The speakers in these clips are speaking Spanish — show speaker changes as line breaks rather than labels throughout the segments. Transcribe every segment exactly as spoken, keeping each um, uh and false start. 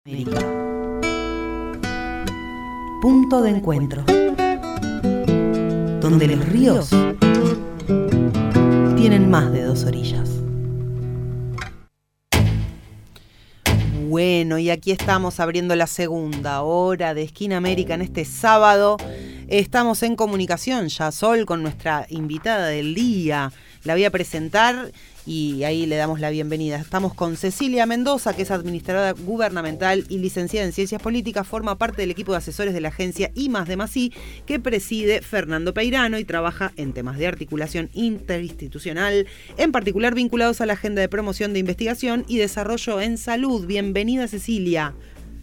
América. Punto de encuentro. Donde los ríos tienen más de dos orillas. Bueno, y aquí estamos abriendo la segunda hora de Esquina América en este sábado. Estamos en comunicación ya, Sol, con nuestra invitada del día. La voy a presentar y ahí le damos la bienvenida. Estamos con Cecilia Mendoza, que es administradora gubernamental y licenciada en Ciencias Políticas, forma parte del equipo de asesores de la agencia I más D más I, que preside Fernando Peirano y trabaja en temas de articulación interinstitucional, en particular vinculados a la agenda de promoción de investigación y desarrollo en salud. Bienvenida, Cecilia.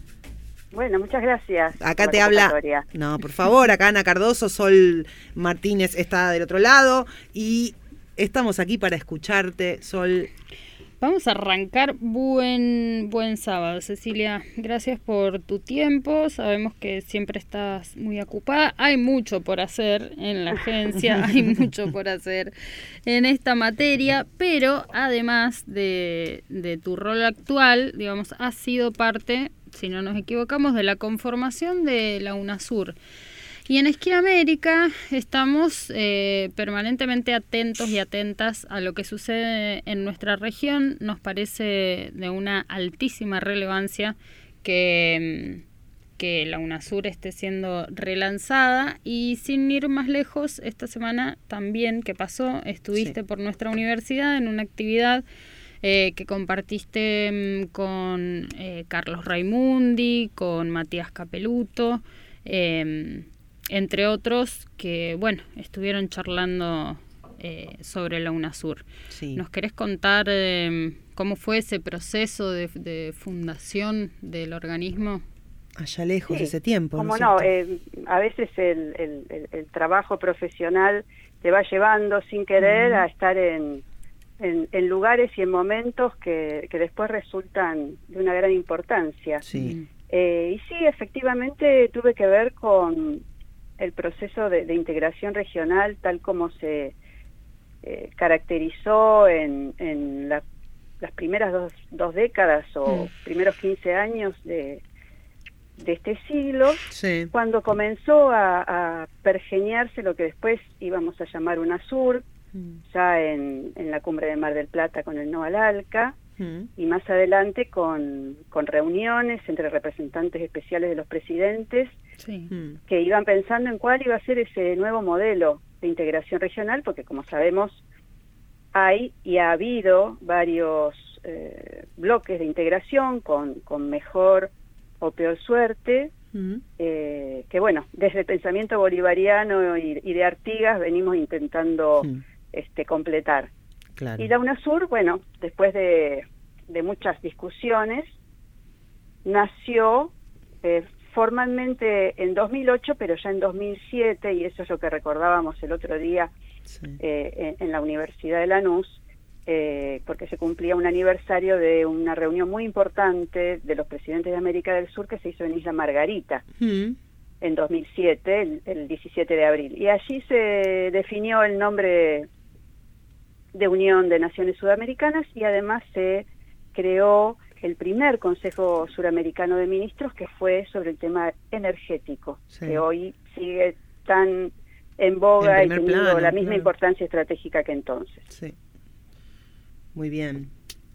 Bueno, muchas gracias.
Acá te habla, no, por favor, acá Ana Cardoso, Sol Martínez está del otro lado y estamos aquí para escucharte, Sol.
Vamos a arrancar. Buen, buen sábado, Cecilia. Gracias por tu tiempo. Sabemos que siempre estás muy ocupada. Hay mucho por hacer en la agencia, hay mucho por hacer en esta materia, pero además de, de tu rol actual, digamos, has sido parte, si no nos equivocamos, de la conformación de la UNASUR. Y en Esquina América estamos eh, permanentemente atentos y atentas a lo que sucede en nuestra región. Nos parece de una altísima relevancia que, que la UNASUR esté siendo relanzada. Y sin ir más lejos, esta semana también que pasó, estuviste sí. por nuestra universidad en una actividad Eh, que compartiste con eh, Carlos Raimundi, con Matías Capeluto, eh, entre otros que, bueno, estuvieron charlando eh, sobre la UNASUR. Sí. ¿Nos querés contar eh, cómo fue ese proceso de, de fundación del organismo?
Allá lejos, sí. ese tiempo.
Como no, no eh, a veces el, el, el, el trabajo profesional te va llevando sin querer uh-huh. a estar en... En, en lugares y en momentos que, que después resultan de una gran importancia.
Sí.
Eh, y sí, efectivamente tuve que ver con el proceso de, de integración regional tal como se eh, caracterizó en, en la, las primeras dos, dos décadas o mm. primeros quince años de, de este siglo,
sí.
cuando comenzó a, a pergeñarse lo que después íbamos a llamar UNASUR, ya en, en la cumbre de Mar del Plata con el No al ALCA, mm. y más adelante con, con reuniones entre representantes especiales de los presidentes,
sí.
que iban pensando en cuál iba a ser ese nuevo modelo de integración regional, porque como sabemos hay y ha habido varios eh, bloques de integración con, con mejor o peor suerte, mm. eh, que bueno, desde el pensamiento bolivariano y, y de Artigas venimos intentando mm. este completar.
Claro.
Y la UNASUR, bueno, después de, de muchas discusiones, nació eh, formalmente en dos mil ocho, pero ya en dos mil siete, y eso es lo que recordábamos el otro día sí. eh, en, en la Universidad de Lanús, eh, porque se cumplía un aniversario de una reunión muy importante de los presidentes de América del Sur que se hizo en Isla Margarita. Mm. en dos mil siete, el, el diecisiete de abril. Y allí se definió el nombre de Unión de Naciones Sudamericanas y además se creó el primer Consejo Suramericano de Ministros, que fue sobre el tema energético, sí. que hoy sigue tan en boga en y teniendo plano, la misma claro. importancia estratégica que entonces.
Sí. Muy bien.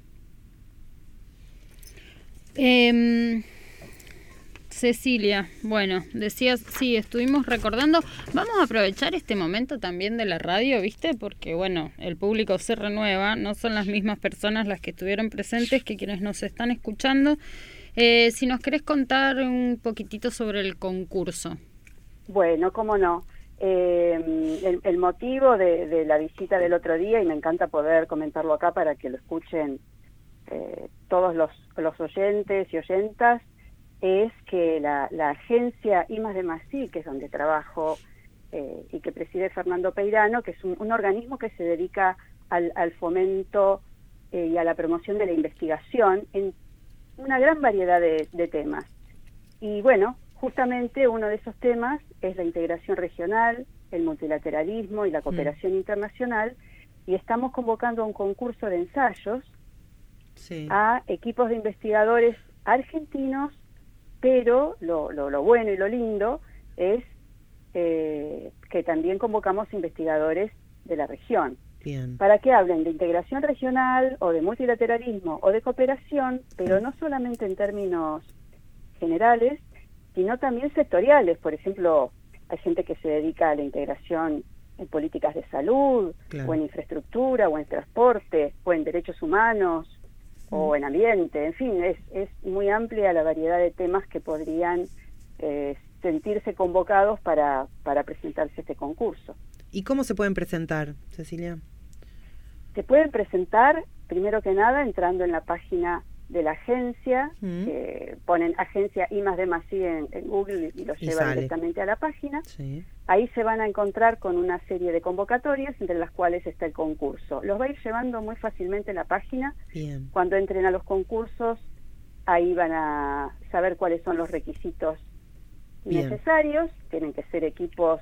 Eh... Cecilia, bueno, decías, sí, estuvimos recordando, vamos a aprovechar este momento también de la radio, ¿viste? Porque, bueno, el público se renueva, no son las mismas personas las que estuvieron presentes que quienes nos están escuchando. Eh, si nos querés contar un poquitito sobre el concurso.
Bueno, cómo no. Eh, el, el motivo de, de la visita del otro día, y me encanta poder comentarlo acá para que lo escuchen eh, todos los, los oyentes y oyentas, es que la, la agencia I más D más I, que es donde trabajo eh, y que preside Fernando Peirano, que es un, un organismo que se dedica al, al fomento eh, y a la promoción de la investigación en una gran variedad de, de temas. Y bueno, justamente uno de esos temas es la integración regional, el multilateralismo y la cooperación mm. internacional, y estamos convocando a un concurso de ensayos sí. a equipos de investigadores argentinos, pero lo, lo, lo bueno y lo lindo es eh, que también convocamos investigadores de la región.
Bien.
Para que hablen de integración regional o de multilateralismo o de cooperación, pero no solamente en términos generales, sino también sectoriales. Por ejemplo, hay gente que se dedica a la integración en políticas de salud, claro, o en infraestructura, o en transporte, o en derechos humanos, mm. o en ambiente. En fin, es, es muy amplia la variedad de temas que podrían eh, sentirse convocados para, para presentarse este concurso.
¿Y cómo se pueden presentar, Cecilia?
Se pueden presentar, primero que nada, entrando en la página de la agencia, mm. eh, ponen agencia I más D más I en, en Google y, y los y llevan sale. directamente a la página.
Sí.
Ahí se van a encontrar con una serie de convocatorias, entre las cuales está el concurso. Los va a ir llevando muy fácilmente la página.
Bien.
Cuando entren a los concursos, ahí van a saber cuáles son los requisitos Bien. necesarios. Tienen que ser equipos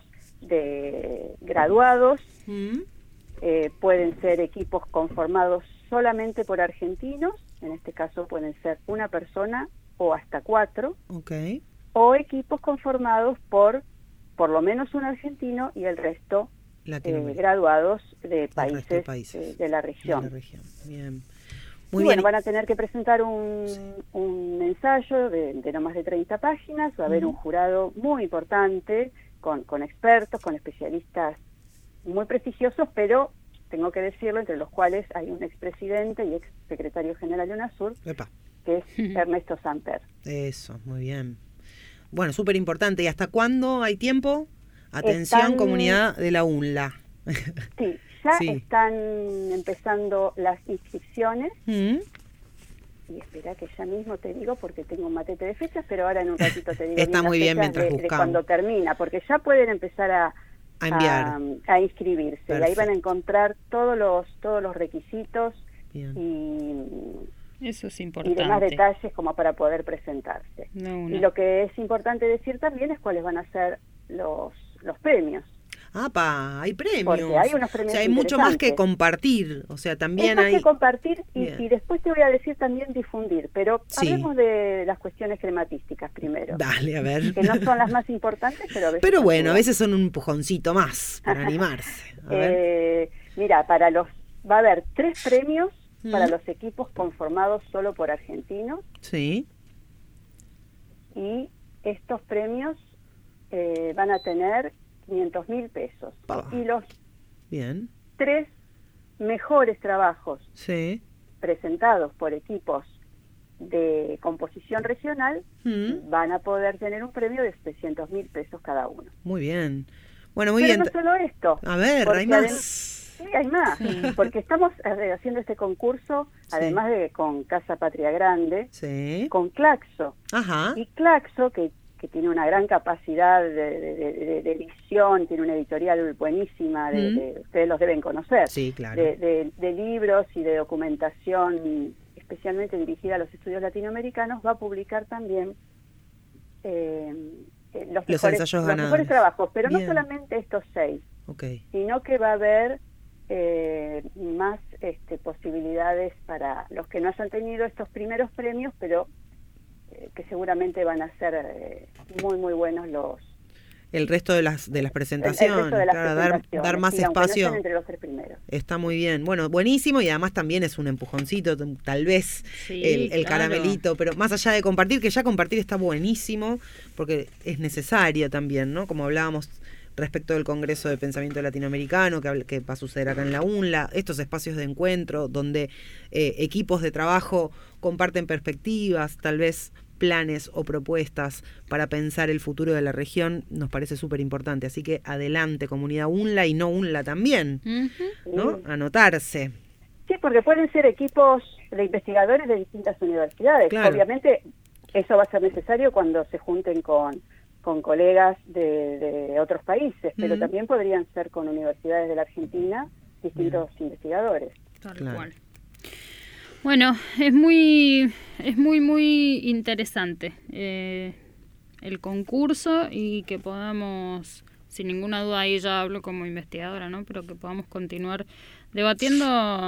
de graduados, mm. eh, pueden ser equipos conformados solamente por argentinos, en este caso pueden ser una persona o hasta cuatro,
okay.
o equipos conformados por por lo menos un argentino y el resto eh, graduados de países, de, países. Eh, de la región.
De la región. Bien.
Muy y bien. Bueno, van a tener que presentar un, sí. un ensayo de, de no más de treinta páginas, va a haber uh-huh. un jurado muy importante, con, con expertos, con especialistas muy prestigiosos, pero tengo que decirlo, entre los cuales hay un expresidente y exsecretario general de UNASUR, Epa. que es Ernesto Samper.
Eso, muy bien. Bueno, súper importante. ¿Y hasta cuándo hay tiempo? Atención, están, comunidad de la UNLA.
Sí, ya sí. están empezando las inscripciones. ¿Mm? Y espera que ya mismo te digo, porque tengo un matete de fechas, pero ahora en un ratito te digo.
Está muy bien mientras
de,
buscamos.
De cuando termina, porque ya pueden empezar a,
a enviar,
a, a inscribirse. Perfecto. Y ahí van a encontrar todos los todos los requisitos
bien.
y
eso es importante.
Y demás detalles como para poder presentarse.
No, no.
Y lo que es importante decir también es cuáles van a ser los los premios.
Ah, pa, hay premios.
Porque hay unos premios.
O sea, hay mucho más que compartir. O sea, también
es más
hay.
que compartir y, y después te voy a decir también difundir. Pero sí. hablemos de las cuestiones crematísticas primero.
Dale, a ver.
Que no son las más importantes, pero a veces.
Pero bueno, a veces son un empujoncito más para animarse. A ver.
Eh, mira, para los. Va a haber tres premios mm. para los equipos conformados solo por argentinos.
Sí.
Y estos premios eh, van a tener quinientos mil pesos.
Pa.
Y los
Bien.
tres mejores trabajos
sí.
presentados por equipos de composición regional mm. van a poder tener un premio de setecientos mil pesos cada uno.
Muy bien. Bueno, muy
Pero
bien.
no solo esto.
A ver, hay más.
Sí, hay más. Sí. Porque estamos haciendo este concurso, sí. además de con Casa Patria Grande,
sí.
con Claxo.
Ajá.
Y Claxo, que que tiene una gran capacidad de, de, de, de edición, tiene una editorial buenísima, de, mm. de, ustedes los deben conocer,
sí, claro.
de, de, de libros y de documentación especialmente dirigida a los estudios latinoamericanos, va a publicar también eh, los,
los,
mejores,
ensayos
los mejores trabajos, pero
Bien.
no solamente estos seis,
okay.
sino que va a haber eh, más este, posibilidades para los que no hayan tenido estos primeros premios, pero que seguramente van a ser eh, muy muy buenos los
el resto de las de las presentaciones,
el, el de las
claro,
presentaciones
dar, dar más
sí,
espacio
no entre los tres primeros.
Está muy bien, bueno, buenísimo, y además también es un empujoncito, tal vez
sí,
el, el
claro.
caramelito, pero más allá de compartir, que ya compartir está buenísimo, porque es necesario también, ¿no? Como hablábamos respecto del Congreso de Pensamiento Latinoamericano, que, que va a suceder acá en la UNLA, estos espacios de encuentro donde eh, equipos de trabajo comparten perspectivas, tal vez planes o propuestas para pensar el futuro de la región, nos parece súper importante. Así que adelante, comunidad UNLA y no UNLA también, uh-huh. ¿no? Anotarse.
Sí, porque pueden ser equipos de investigadores de distintas universidades.
Claro.
Obviamente eso va a ser necesario cuando se junten con, con colegas de, de otros países, pero uh-huh. también podrían ser con universidades de la Argentina, distintos uh-huh. investigadores.
Tal
claro.
cual. Bueno, es muy, es muy, muy interesante eh, el concurso y que podamos, sin ninguna duda, ahí ya hablo como investigadora, ¿no? Pero que podamos continuar debatiendo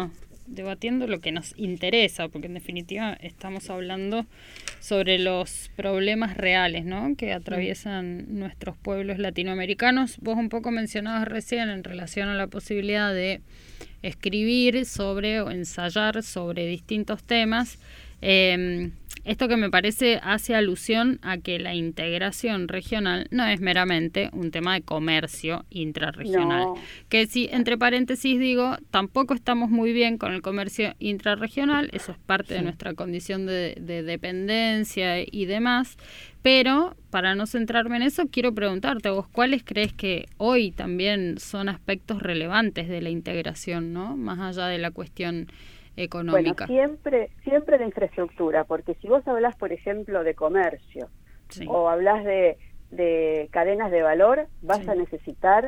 debatiendo lo que nos interesa, porque en definitiva estamos hablando sobre los problemas reales, ¿no?, que atraviesan nuestros pueblos latinoamericanos. Vos un poco mencionabas recién en relación a la posibilidad de escribir sobre o ensayar sobre distintos temas. Eh, esto que me parece hace alusión a que la integración regional no es meramente un tema de comercio intrarregional. No. Que si, entre paréntesis digo, tampoco estamos muy bien con el comercio intrarregional, eso es parte sí. de nuestra condición de, de dependencia y demás, pero para no centrarme en eso, quiero preguntarte vos, ¿cuáles crees que hoy también son aspectos relevantes de la integración, ¿no?, más allá de la cuestión económica?
Bueno, siempre, siempre de infraestructura, porque si vos hablás, por ejemplo, de comercio, sí. o hablás de, de cadenas de valor, vas sí. a necesitar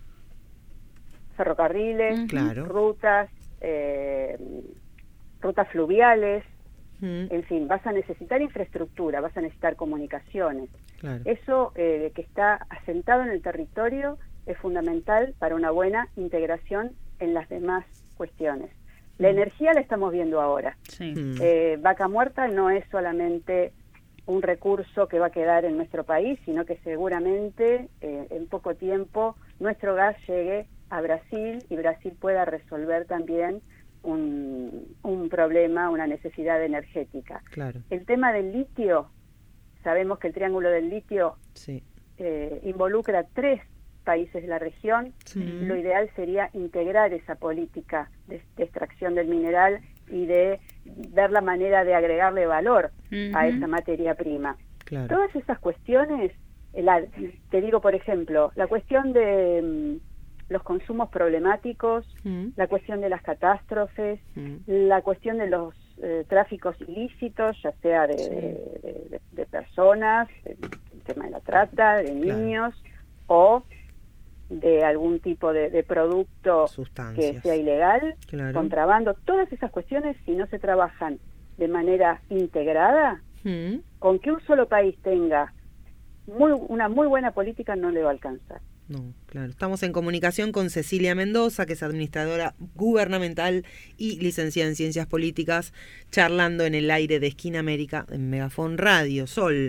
ferrocarriles, uh-huh. claro. rutas, eh, rutas fluviales, uh-huh. en fin, vas a necesitar infraestructura, vas a necesitar comunicaciones. Claro. Eso eh, que está asentado en el territorio es fundamental para una buena integración en las demás cuestiones. La energía la estamos viendo ahora. Sí. Eh, Vaca Muerta no es solamente un recurso que va a quedar en nuestro país, sino que seguramente eh, en poco tiempo nuestro gas llegue a Brasil y Brasil pueda resolver también un, un problema, una necesidad energética. Claro. El tema del litio, sabemos que el Triángulo del Litio sí. eh, involucra tres países de la región. Sí. Lo ideal sería integrar esa política de, de extracción del mineral y de ver la manera de agregarle valor uh-huh. a esa materia prima. Claro. Todas esas cuestiones, la, te digo por ejemplo, la cuestión de um, los consumos problemáticos, uh-huh. la cuestión de las catástrofes, uh-huh. la cuestión de los eh, tráficos ilícitos, ya sea de, sí. de, de, de personas, el tema de la trata, de niños, claro. o de algún tipo de, de producto Sustancias. que sea ilegal, claro. contrabando, todas esas cuestiones, si no se trabajan de manera integrada, mm. con que un solo país tenga muy, una muy buena política no le va a alcanzar.
No, claro. Estamos en comunicación con Cecilia Mendoza, que es administradora gubernamental y licenciada en Ciencias Políticas, charlando en el aire de Esquina América en Megafón Radio. Sol.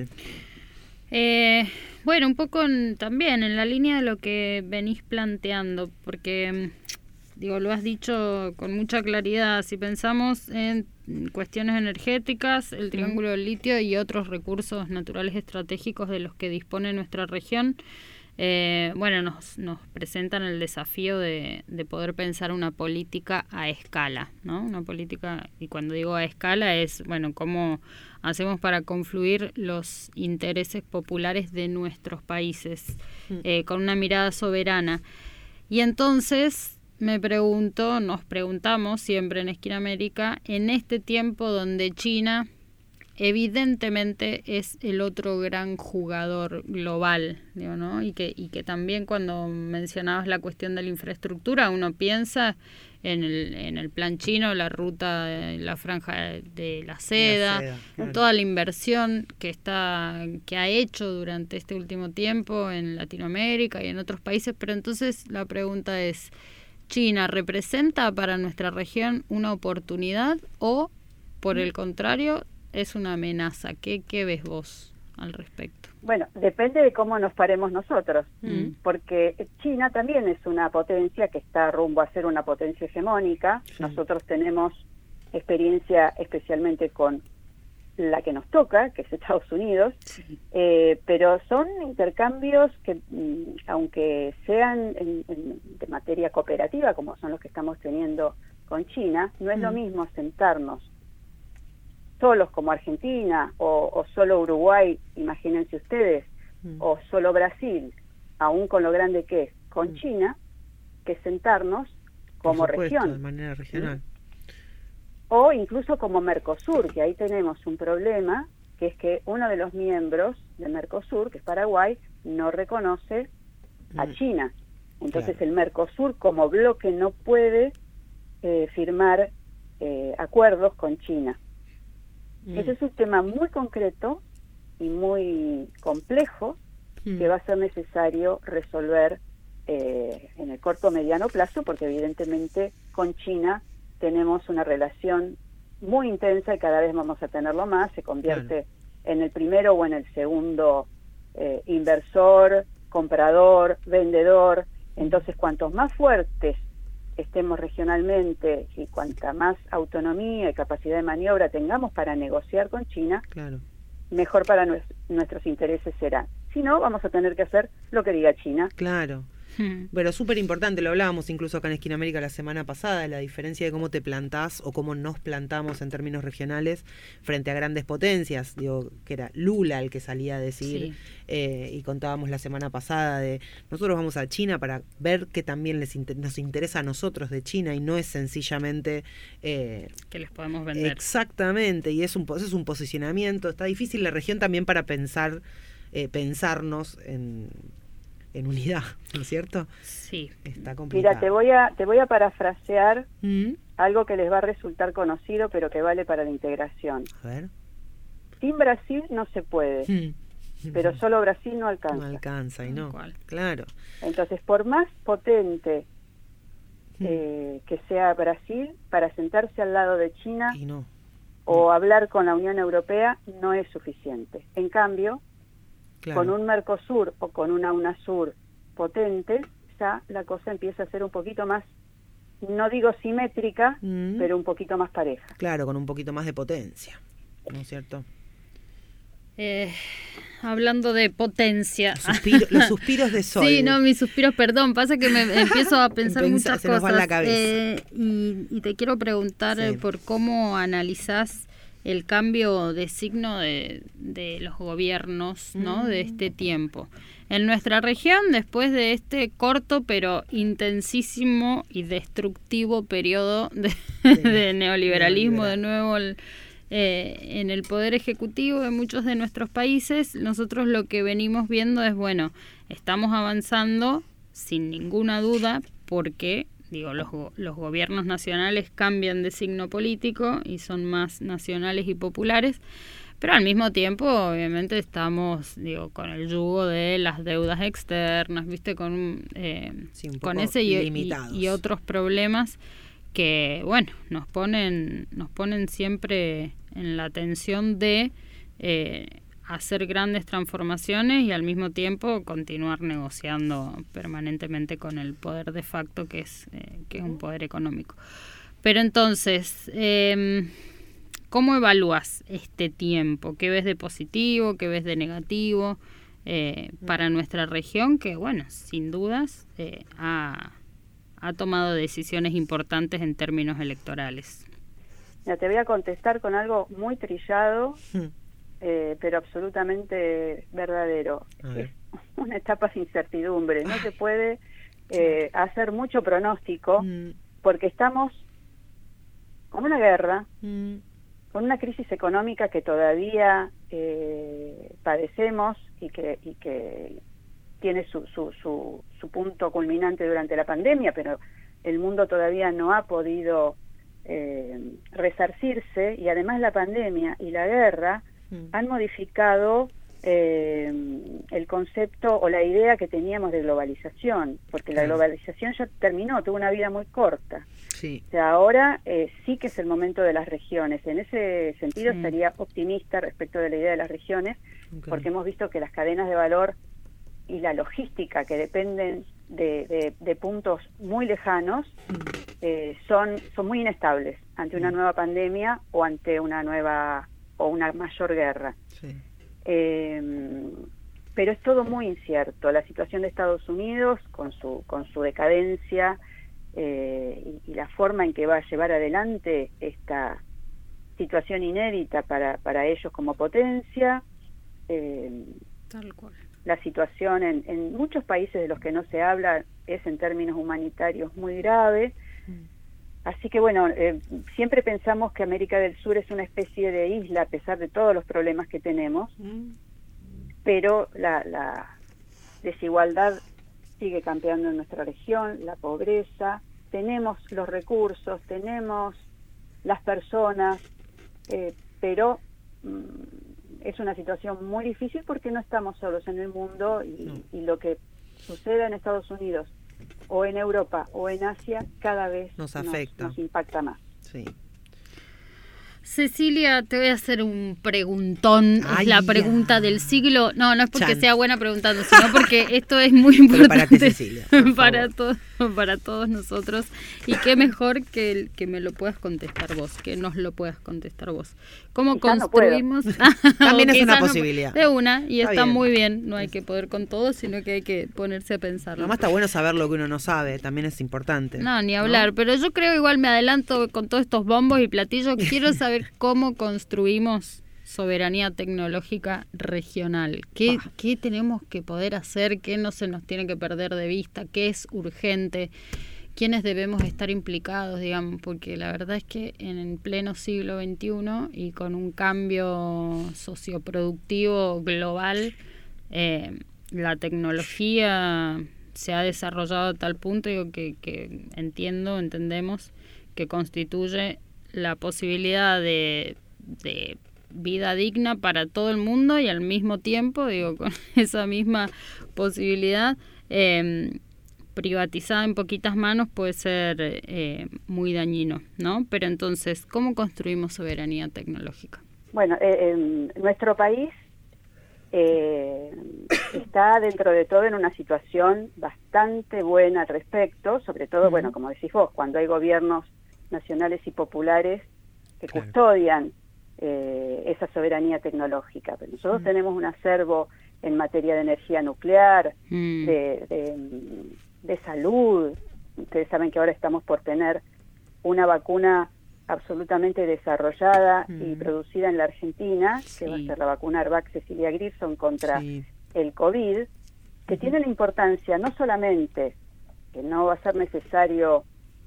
Eh, bueno, un poco en, también en la línea de lo que venís planteando, porque digo, lo has dicho con mucha claridad. Si pensamos en cuestiones energéticas, el Triángulo del Litio y otros recursos naturales estratégicos de los que dispone nuestra región, eh, bueno, nos, nos presentan el desafío de, de poder pensar una política a escala, ¿no? Una política, y cuando digo a escala es, bueno, cómo hacemos para confluir los intereses populares de nuestros países eh, con una mirada soberana. Y entonces me pregunto, nos preguntamos siempre en Esquina América, en este tiempo donde China evidentemente es el otro gran jugador global, digo, ¿no? Y que, y que también cuando mencionabas la cuestión de la infraestructura, uno piensa en el, en el plan chino, la ruta, de la franja de la seda, la seda claro. toda la inversión que está, que ha hecho durante este último tiempo en Latinoamérica y en otros países. Pero entonces la pregunta es, ¿China representa para nuestra región una oportunidad o, por el contrario, es una amenaza? ¿Qué, qué ves vos al respecto?
Bueno, depende de cómo nos paremos nosotros, mm. porque China también es una potencia que está rumbo a ser una potencia hegemónica. Sí. Nosotros tenemos experiencia especialmente con la que nos toca, que es Estados Unidos, sí. eh, pero son intercambios que, aunque sean en, en, de materia cooperativa, como son los que estamos teniendo con China, no es mm. lo mismo sentarnos solos como Argentina o, o solo Uruguay, imagínense ustedes, mm. o solo Brasil, aún con lo grande que es, con mm. China, que sentarnos como
Por supuesto,
región.
De manera regional.
¿sí? O incluso como Mercosur, que ahí tenemos un problema, que es que uno de los miembros de Mercosur, que es Paraguay, no reconoce mm. a China. Entonces claro. el Mercosur como bloque no puede eh, firmar eh, acuerdos con China. Mm. Ese es un tema muy concreto y muy complejo mm. que va a ser necesario resolver eh, en el corto o mediano plazo, porque evidentemente con China tenemos una relación muy intensa y cada vez vamos a tenerlo más, se convierte claro. en el primero o en el segundo eh, inversor, comprador, vendedor. Entonces, cuantos más fuertes estemos regionalmente y cuanta más autonomía y capacidad de maniobra tengamos para negociar con China, claro. mejor para nues- nuestros intereses será. Si no, vamos a tener que hacer lo que diga China.
Claro. Pero súper importante, lo hablábamos incluso acá en Esquina América la semana pasada, la diferencia de cómo te plantás o cómo nos plantamos en términos regionales frente a grandes potencias. Digo, que era Lula el que salía a decir, sí. eh, y contábamos la semana pasada de nosotros vamos a China para ver que también les inter- nos interesa a nosotros de China y no es sencillamente
eh, que les podemos vender.
Exactamente, y es un, es un posicionamiento. Está difícil la región también para pensar, eh, pensarnos en... en unidad, ¿no es cierto?
Sí.
Está complicado.
Mira, te voy a te voy a parafrasear ¿Mm? algo que les va a resultar conocido, pero que vale para la integración.
A ver.
Sin Brasil no se puede, ¿Mm? pero solo Brasil no alcanza.
No alcanza, y no, ¿Cuál? Claro.
Entonces, por más potente ¿Mm? eh, que sea Brasil, para sentarse al lado de China
y no.
o hablar con la Unión Europea no es suficiente. En cambio, claro. con un Mercosur o con una UNASUR potente, ya la cosa empieza a ser un poquito más, no digo simétrica, mm. pero un poquito más pareja.
Claro, con un poquito más de potencia, ¿no es cierto?
Eh, hablando de potencia.
Los, suspiro, los suspiros de Sol.
Sí, no, mis suspiros, perdón, pasa que me empiezo a pensar Pensa, muchas
se nos
cosas.
Va en la cabeza.
Eh, y, y te quiero preguntar sí. por cómo analizás el cambio de signo de, de los gobiernos, ¿no? Mm. de este tiempo. En nuestra región, después de este corto pero intensísimo y destructivo periodo de, sí. de neoliberalismo, de nuevo el, eh, en el poder ejecutivo de muchos de nuestros países, nosotros lo que venimos viendo es, bueno, estamos avanzando sin ninguna duda porque... Digo, los, los gobiernos nacionales cambian de signo político y son más nacionales y populares, pero al mismo tiempo, obviamente, estamos, digo, con el yugo de las deudas externas, ¿viste? Con, eh, sí, un con ese y, y, y otros problemas que, bueno, nos ponen, nos ponen siempre en la tensión de... Eh, hacer grandes transformaciones y al mismo tiempo continuar negociando permanentemente con el poder de facto que es eh, que es un poder económico. Pero entonces, eh, ¿cómo evalúas este tiempo? ¿Qué ves de positivo? ¿Qué ves de negativo eh, para nuestra región? Que bueno, sin dudas eh, ha, ha tomado decisiones importantes en términos electorales.
Ya te voy a contestar con algo muy trillado. Sí. Eh, pero absolutamente verdadero. Es una etapa de incertidumbre, no se puede eh, hacer mucho pronóstico mm. porque estamos con una guerra, mm. con una crisis económica que todavía eh, padecemos y que, y que tiene su, su, su, su punto culminante durante la pandemia, pero el mundo todavía no ha podido eh, resarcirse y además la pandemia y la guerra han modificado eh, el concepto o la idea que teníamos de globalización, porque la globalización ya terminó, tuvo una vida muy corta.
Sí.
O sea, ahora eh, sí que es el momento de las regiones. En ese sentido sí. estaría optimista respecto de la idea de las regiones, okay. porque hemos visto que las cadenas de valor y la logística que dependen de, de, de puntos muy lejanos mm. eh, son, son muy inestables ante una mm. nueva pandemia o ante una nueva... o una mayor guerra.
Sí.
Eh, pero es todo muy incierto. La situación de Estados Unidos, con su con su decadencia eh, y, y la forma en que va a llevar adelante esta situación inédita para, para ellos como potencia, eh,
Tal cual.
La situación en, en muchos países de los que no se habla es en términos humanitarios muy grave. Mm. Así que bueno, eh, siempre pensamos que América del Sur es una especie de isla a pesar de todos los problemas que tenemos, mm. pero la, la desigualdad sigue campeando en nuestra región, la pobreza, tenemos los recursos, tenemos las personas, eh, pero mm, es una situación muy difícil porque no estamos solos en el mundo y, no. y lo que sucede en Estados Unidos o en Europa o en Asia cada vez
nos afecta,
nos, nos impacta más.
Sí.
Cecilia, te voy a hacer un preguntón.
Ay,
es la pregunta
ya.
del siglo. No, no es porque
Chan.
sea buena preguntando, sino porque esto es muy importante.
Pero para ti, Cecilia, por
para,
favor.
to- para todos nosotros. Y qué mejor que, el, que me lo puedas contestar vos, que nos lo puedas contestar vos. ¿Cómo
Quizás no
construimos?
También
O
es una
quizás no-
posibilidad.
de una, y
Está
está,
bien.
muy bien. No hay que poder con todo, sino que hay que ponerse a pensarlo.
Además está bueno saber lo que uno no sabe, también es importante.
No, ni hablar, pero yo creo, igual me adelanto con todos estos bombos y platillos, quiero saber cómo construimos soberanía tecnológica regional. ¿Qué,
Ah.
¿Qué tenemos que poder hacer? ¿Qué no se nos tiene que perder de vista? ¿Qué es urgente? ¿Quiénes debemos estar implicados, digamos? Porque la verdad es que en el pleno siglo veintiuno y con un cambio socioproductivo global, eh, la tecnología se ha desarrollado a tal punto, digo, que, que entiendo, entendemos, que constituye la posibilidad de, de vida digna para todo el mundo y al mismo tiempo, digo, con esa misma posibilidad, eh, privatizada en poquitas manos puede ser eh, muy dañino, ¿no? Pero entonces, ¿cómo construimos soberanía tecnológica?
Bueno, eh, en nuestro país eh, está dentro de todo en una situación bastante buena al respecto, sobre todo, uh-huh. bueno, como decís vos, cuando hay gobiernos nacionales y populares que claro. custodian eh, esa soberanía tecnológica. Pero nosotros uh-huh. tenemos un acervo en materia de energía nuclear, uh-huh. de, de, de salud. Ustedes saben que ahora estamos por tener una vacuna absolutamente desarrollada mm. y producida en la Argentina, sí. que va a ser la vacuna Arvac Cecilia Grierson contra sí. el COVID, que uh-huh. tiene la importancia no solamente que no va a ser necesario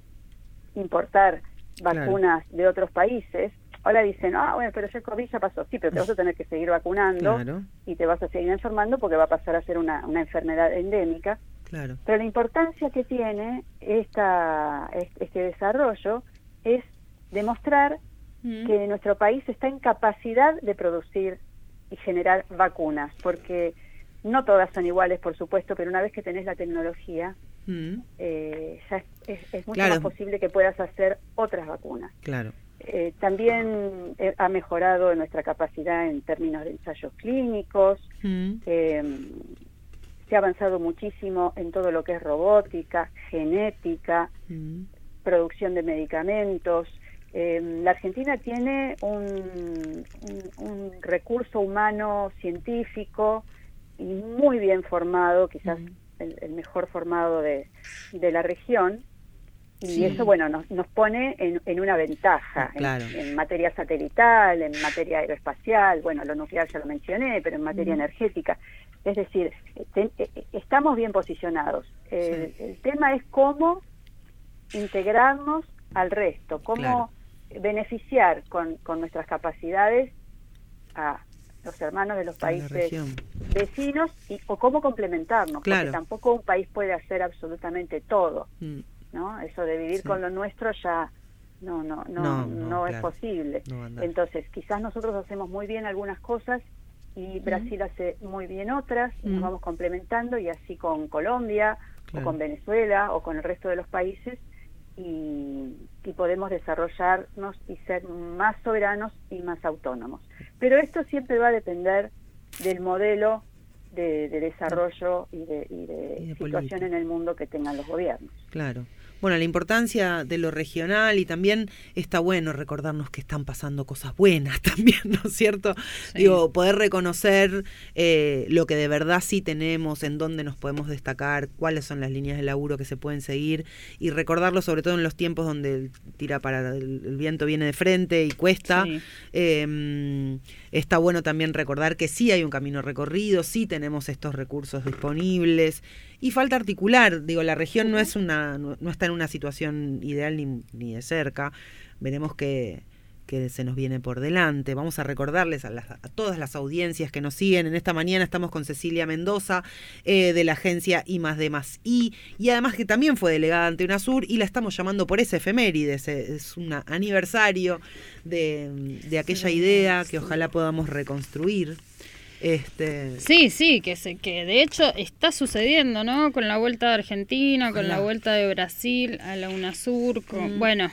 importar vacunas claro. de otros países. Ahora dicen, ah, bueno, pero ya el COVID ya pasó. Sí, pero te vas a tener que seguir vacunando claro. y te vas a seguir enfermando porque va a pasar a ser una, una enfermedad endémica.
Claro.
Pero la importancia que tiene esta, este desarrollo es demostrar mm. que nuestro país está en capacidad de producir y generar vacunas, porque no todas son iguales, por supuesto, pero una vez que tenés la tecnología, mm. eh, ya es, es, es mucho claro. más posible que puedas hacer otras vacunas.
Claro.
Eh, también eh, ha mejorado nuestra capacidad en términos de ensayos clínicos, mm. eh, se ha avanzado muchísimo en todo lo que es robótica, genética, mm. producción de medicamentos. Eh, la Argentina tiene un, un, un recurso humano científico y muy bien formado, quizás mm. el, el mejor formado de, de la región, y sí. eso, bueno, nos, nos pone en, en una ventaja, claro. en, en materia satelital, en materia aeroespacial, bueno, lo nuclear ya lo mencioné, pero en materia mm. energética. Es decir, te, estamos bien posicionados. El, sí. el tema es cómo integrarnos al resto, cómo claro. beneficiar con, con nuestras capacidades a los hermanos de los países vecinos y o cómo complementarnos, claro. porque tampoco un país puede hacer absolutamente todo, mm. ¿no? Eso de vivir sí. con lo nuestro ya no no no no, no, no es claro. posible. No Entonces, quizás nosotros hacemos muy bien algunas cosas y Brasil mm. hace muy bien otras, mm. nos vamos complementando, y así con Colombia, claro. o con Venezuela, o con el resto de los países, y, y podemos desarrollarnos y ser más soberanos y más autónomos. Pero esto siempre va a depender del modelo de, de desarrollo y de, y de, y de situación política. En el mundo que tengan los gobiernos.
Claro. Bueno, la importancia de lo regional, y también está bueno recordarnos que están pasando cosas buenas también, ¿no es cierto? Sí. Digo, poder reconocer eh, lo que de verdad sí tenemos, en dónde nos podemos destacar, cuáles son las líneas de laburo que se pueden seguir, y recordarlo sobre todo en los tiempos donde el tira para el, el viento viene de frente y cuesta. Sí. Eh, está bueno también recordar que sí hay un camino recorrido, sí tenemos estos recursos disponibles. Y falta articular, digo, la región no es una no, no está en una situación ideal ni, ni de cerca. Veremos qué, qué se nos viene por delante. Vamos a recordarles a, las, a todas las audiencias que nos siguen. En esta mañana estamos con Cecilia Mendoza, eh, de la agencia I más D más I, y además que también fue delegada ante UNASUR, y la estamos llamando por ese efeméride. Es un aniversario de, de aquella sí, idea sí. que ojalá podamos reconstruir. Este...
Sí, sí, que se, que de hecho está sucediendo, ¿no? Con la vuelta de Argentina, con Hola. la vuelta de Brasil a la UNASUR, con, mm. bueno,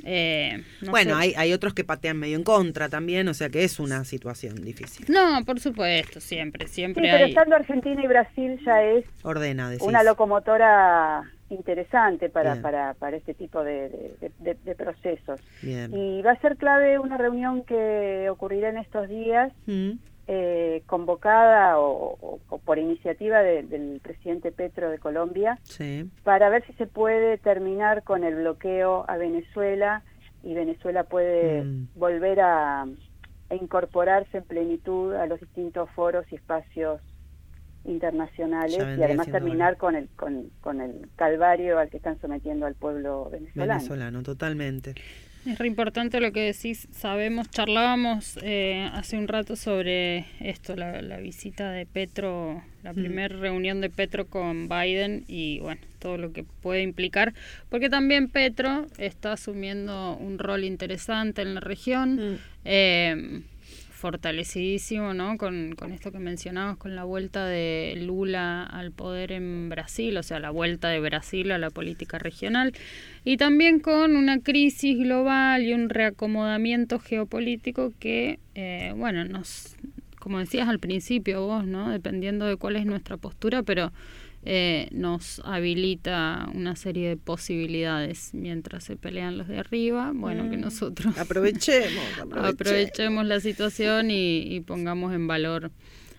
Eh, no
bueno,
sé.
hay, hay otros que patean medio en contra también, o sea que es una situación difícil.
No, por supuesto, siempre, siempre
Sí, pero
hay...
estando Argentina y Brasil ya es
Ordena, decís.
una locomotora interesante para, para, para este tipo de, de, de, de procesos.
Bien.
Y va a ser clave una reunión que ocurrirá en estos días, mm. eh, convocada o, o, o por iniciativa de, del presidente Petro de Colombia,
sí.
para ver si se puede terminar con el bloqueo a Venezuela y Venezuela puede mm. volver a, a incorporarse en plenitud a los distintos foros y espacios internacionales y además terminar con el con, con el calvario al que están sometiendo al pueblo venezolano.
Venezolano, totalmente.
Es re importante lo que decís. Sabemos, charlábamos eh, hace un rato sobre esto, la, la visita de Petro, la mm. primera reunión de Petro con Biden y bueno, todo lo que puede implicar, porque también Petro está asumiendo un rol interesante en la región, mm. eh, fortalecidísimo, ¿no? Con, con esto que mencionabas, con la vuelta de Lula al poder en Brasil, o sea, la vuelta de Brasil a la política regional, y también con una crisis global y un reacomodamiento geopolítico que, eh, bueno, nos, como decías al principio vos, ¿no? Dependiendo de cuál es nuestra postura, pero eh, nos habilita una serie de posibilidades mientras se pelean los de arriba. Bueno, mm. que nosotros
aprovechemos, aprovechemos.
aprovechemos la situación y, y pongamos en valor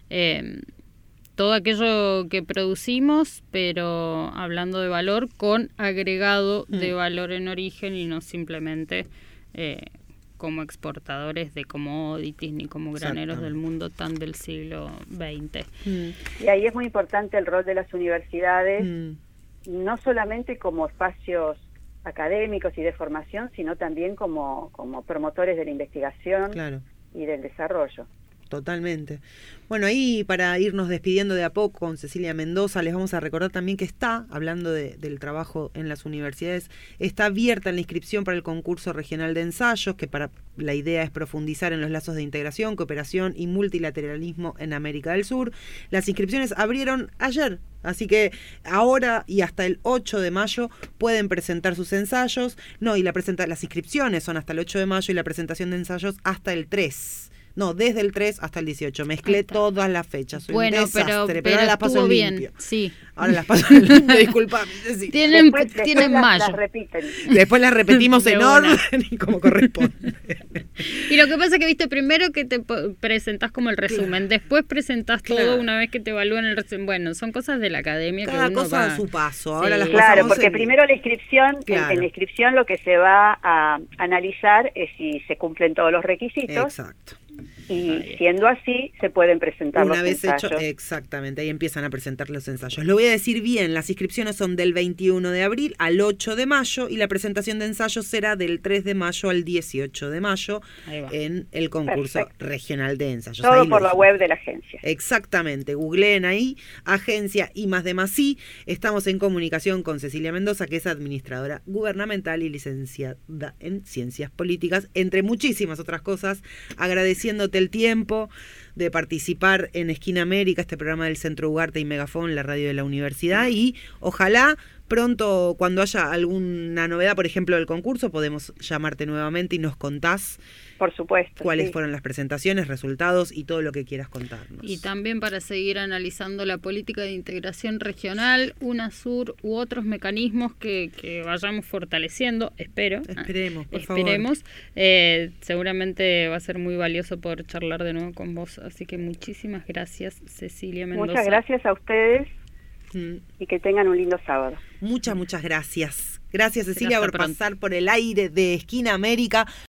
eh, todo aquello que producimos, pero hablando de valor con agregado mm. de valor en origen y no simplemente eh, como exportadores de commodities ni como graneros del mundo tan del siglo veinte.
Mm. Y ahí es muy importante el rol de las universidades, mm. no solamente como espacios académicos y de formación, sino también como, como promotores de la investigación
claro.
y del desarrollo.
Totalmente. Bueno, ahí para irnos despidiendo de a poco con Cecilia Mendoza, les vamos a recordar también que está, hablando de, del trabajo en las universidades, está abierta la inscripción para el concurso regional de ensayos, que para la idea es profundizar en los lazos de integración, cooperación y multilateralismo en América del Sur. Las inscripciones abrieron ayer, así que ahora y hasta el ocho de mayo pueden presentar sus ensayos. No, y la presenta, las inscripciones son hasta el ocho de mayo y la presentación de ensayos hasta el tres. No, desde el tres hasta el dieciocho. Mezclé todas las fechas. Soy
bueno,
un desastre,
pero,
pero,
pero
ahora las paso en
bien,
limpio.
Sí.
Ahora las paso en limpio, disculpame. Sí.
Tienen,
después,
tienen
después
mayo.
Las, las repiten.
Después las repetimos en orden y como corresponde.
Y lo que pasa es que, viste, primero que te presentás como el resumen, claro. después presentás todo claro. una vez que te evalúan el resumen. Bueno, son cosas de la academia.
Cada
que uno
cosa
va...
a su paso. Ahora
sí.
las
claro, porque
en...
primero la inscripción,
claro.
en, en la inscripción lo que se va a analizar es si se cumplen todos los requisitos.
Exacto.
Y siendo así, se pueden presentar
Una
los
vez
ensayos.
Hecho, exactamente, ahí empiezan a presentar los ensayos. Lo voy a decir bien, las inscripciones son del veintiuno de abril al ocho de mayo y la presentación de ensayos será del tres de mayo al dieciocho de mayo en el concurso Perfecto. regional de ensayos.
Todo
ahí
por la web de la agencia.
Exactamente, googleen ahí, agencia I más D más I. Estamos en comunicación con Cecilia Mendoza, que es administradora gubernamental y licenciada en Ciencias Políticas, entre muchísimas otras cosas, agradeciéndote el tiempo de participar en Esquina América, este programa del Centro Ugarte y Megafón, la radio de la universidad, y ojalá pronto, cuando haya alguna novedad, por ejemplo, del concurso, podemos llamarte nuevamente y nos contás
por supuesto
cuáles
sí.
fueron las presentaciones, resultados y todo lo que quieras contarnos.
Y también para seguir analizando la política de integración regional, UNASUR u otros mecanismos que, que vayamos fortaleciendo, espero.
Esperemos, por
Esperemos.
favor.
Eh, seguramente va a ser muy valioso poder charlar de nuevo con vos, así que muchísimas gracias, Cecilia Mendoza.
Muchas gracias a ustedes mm. y que tengan un lindo sábado.
Muchas, muchas gracias. Gracias, Cecilia, por pronto. pasar por el aire de Esquina América.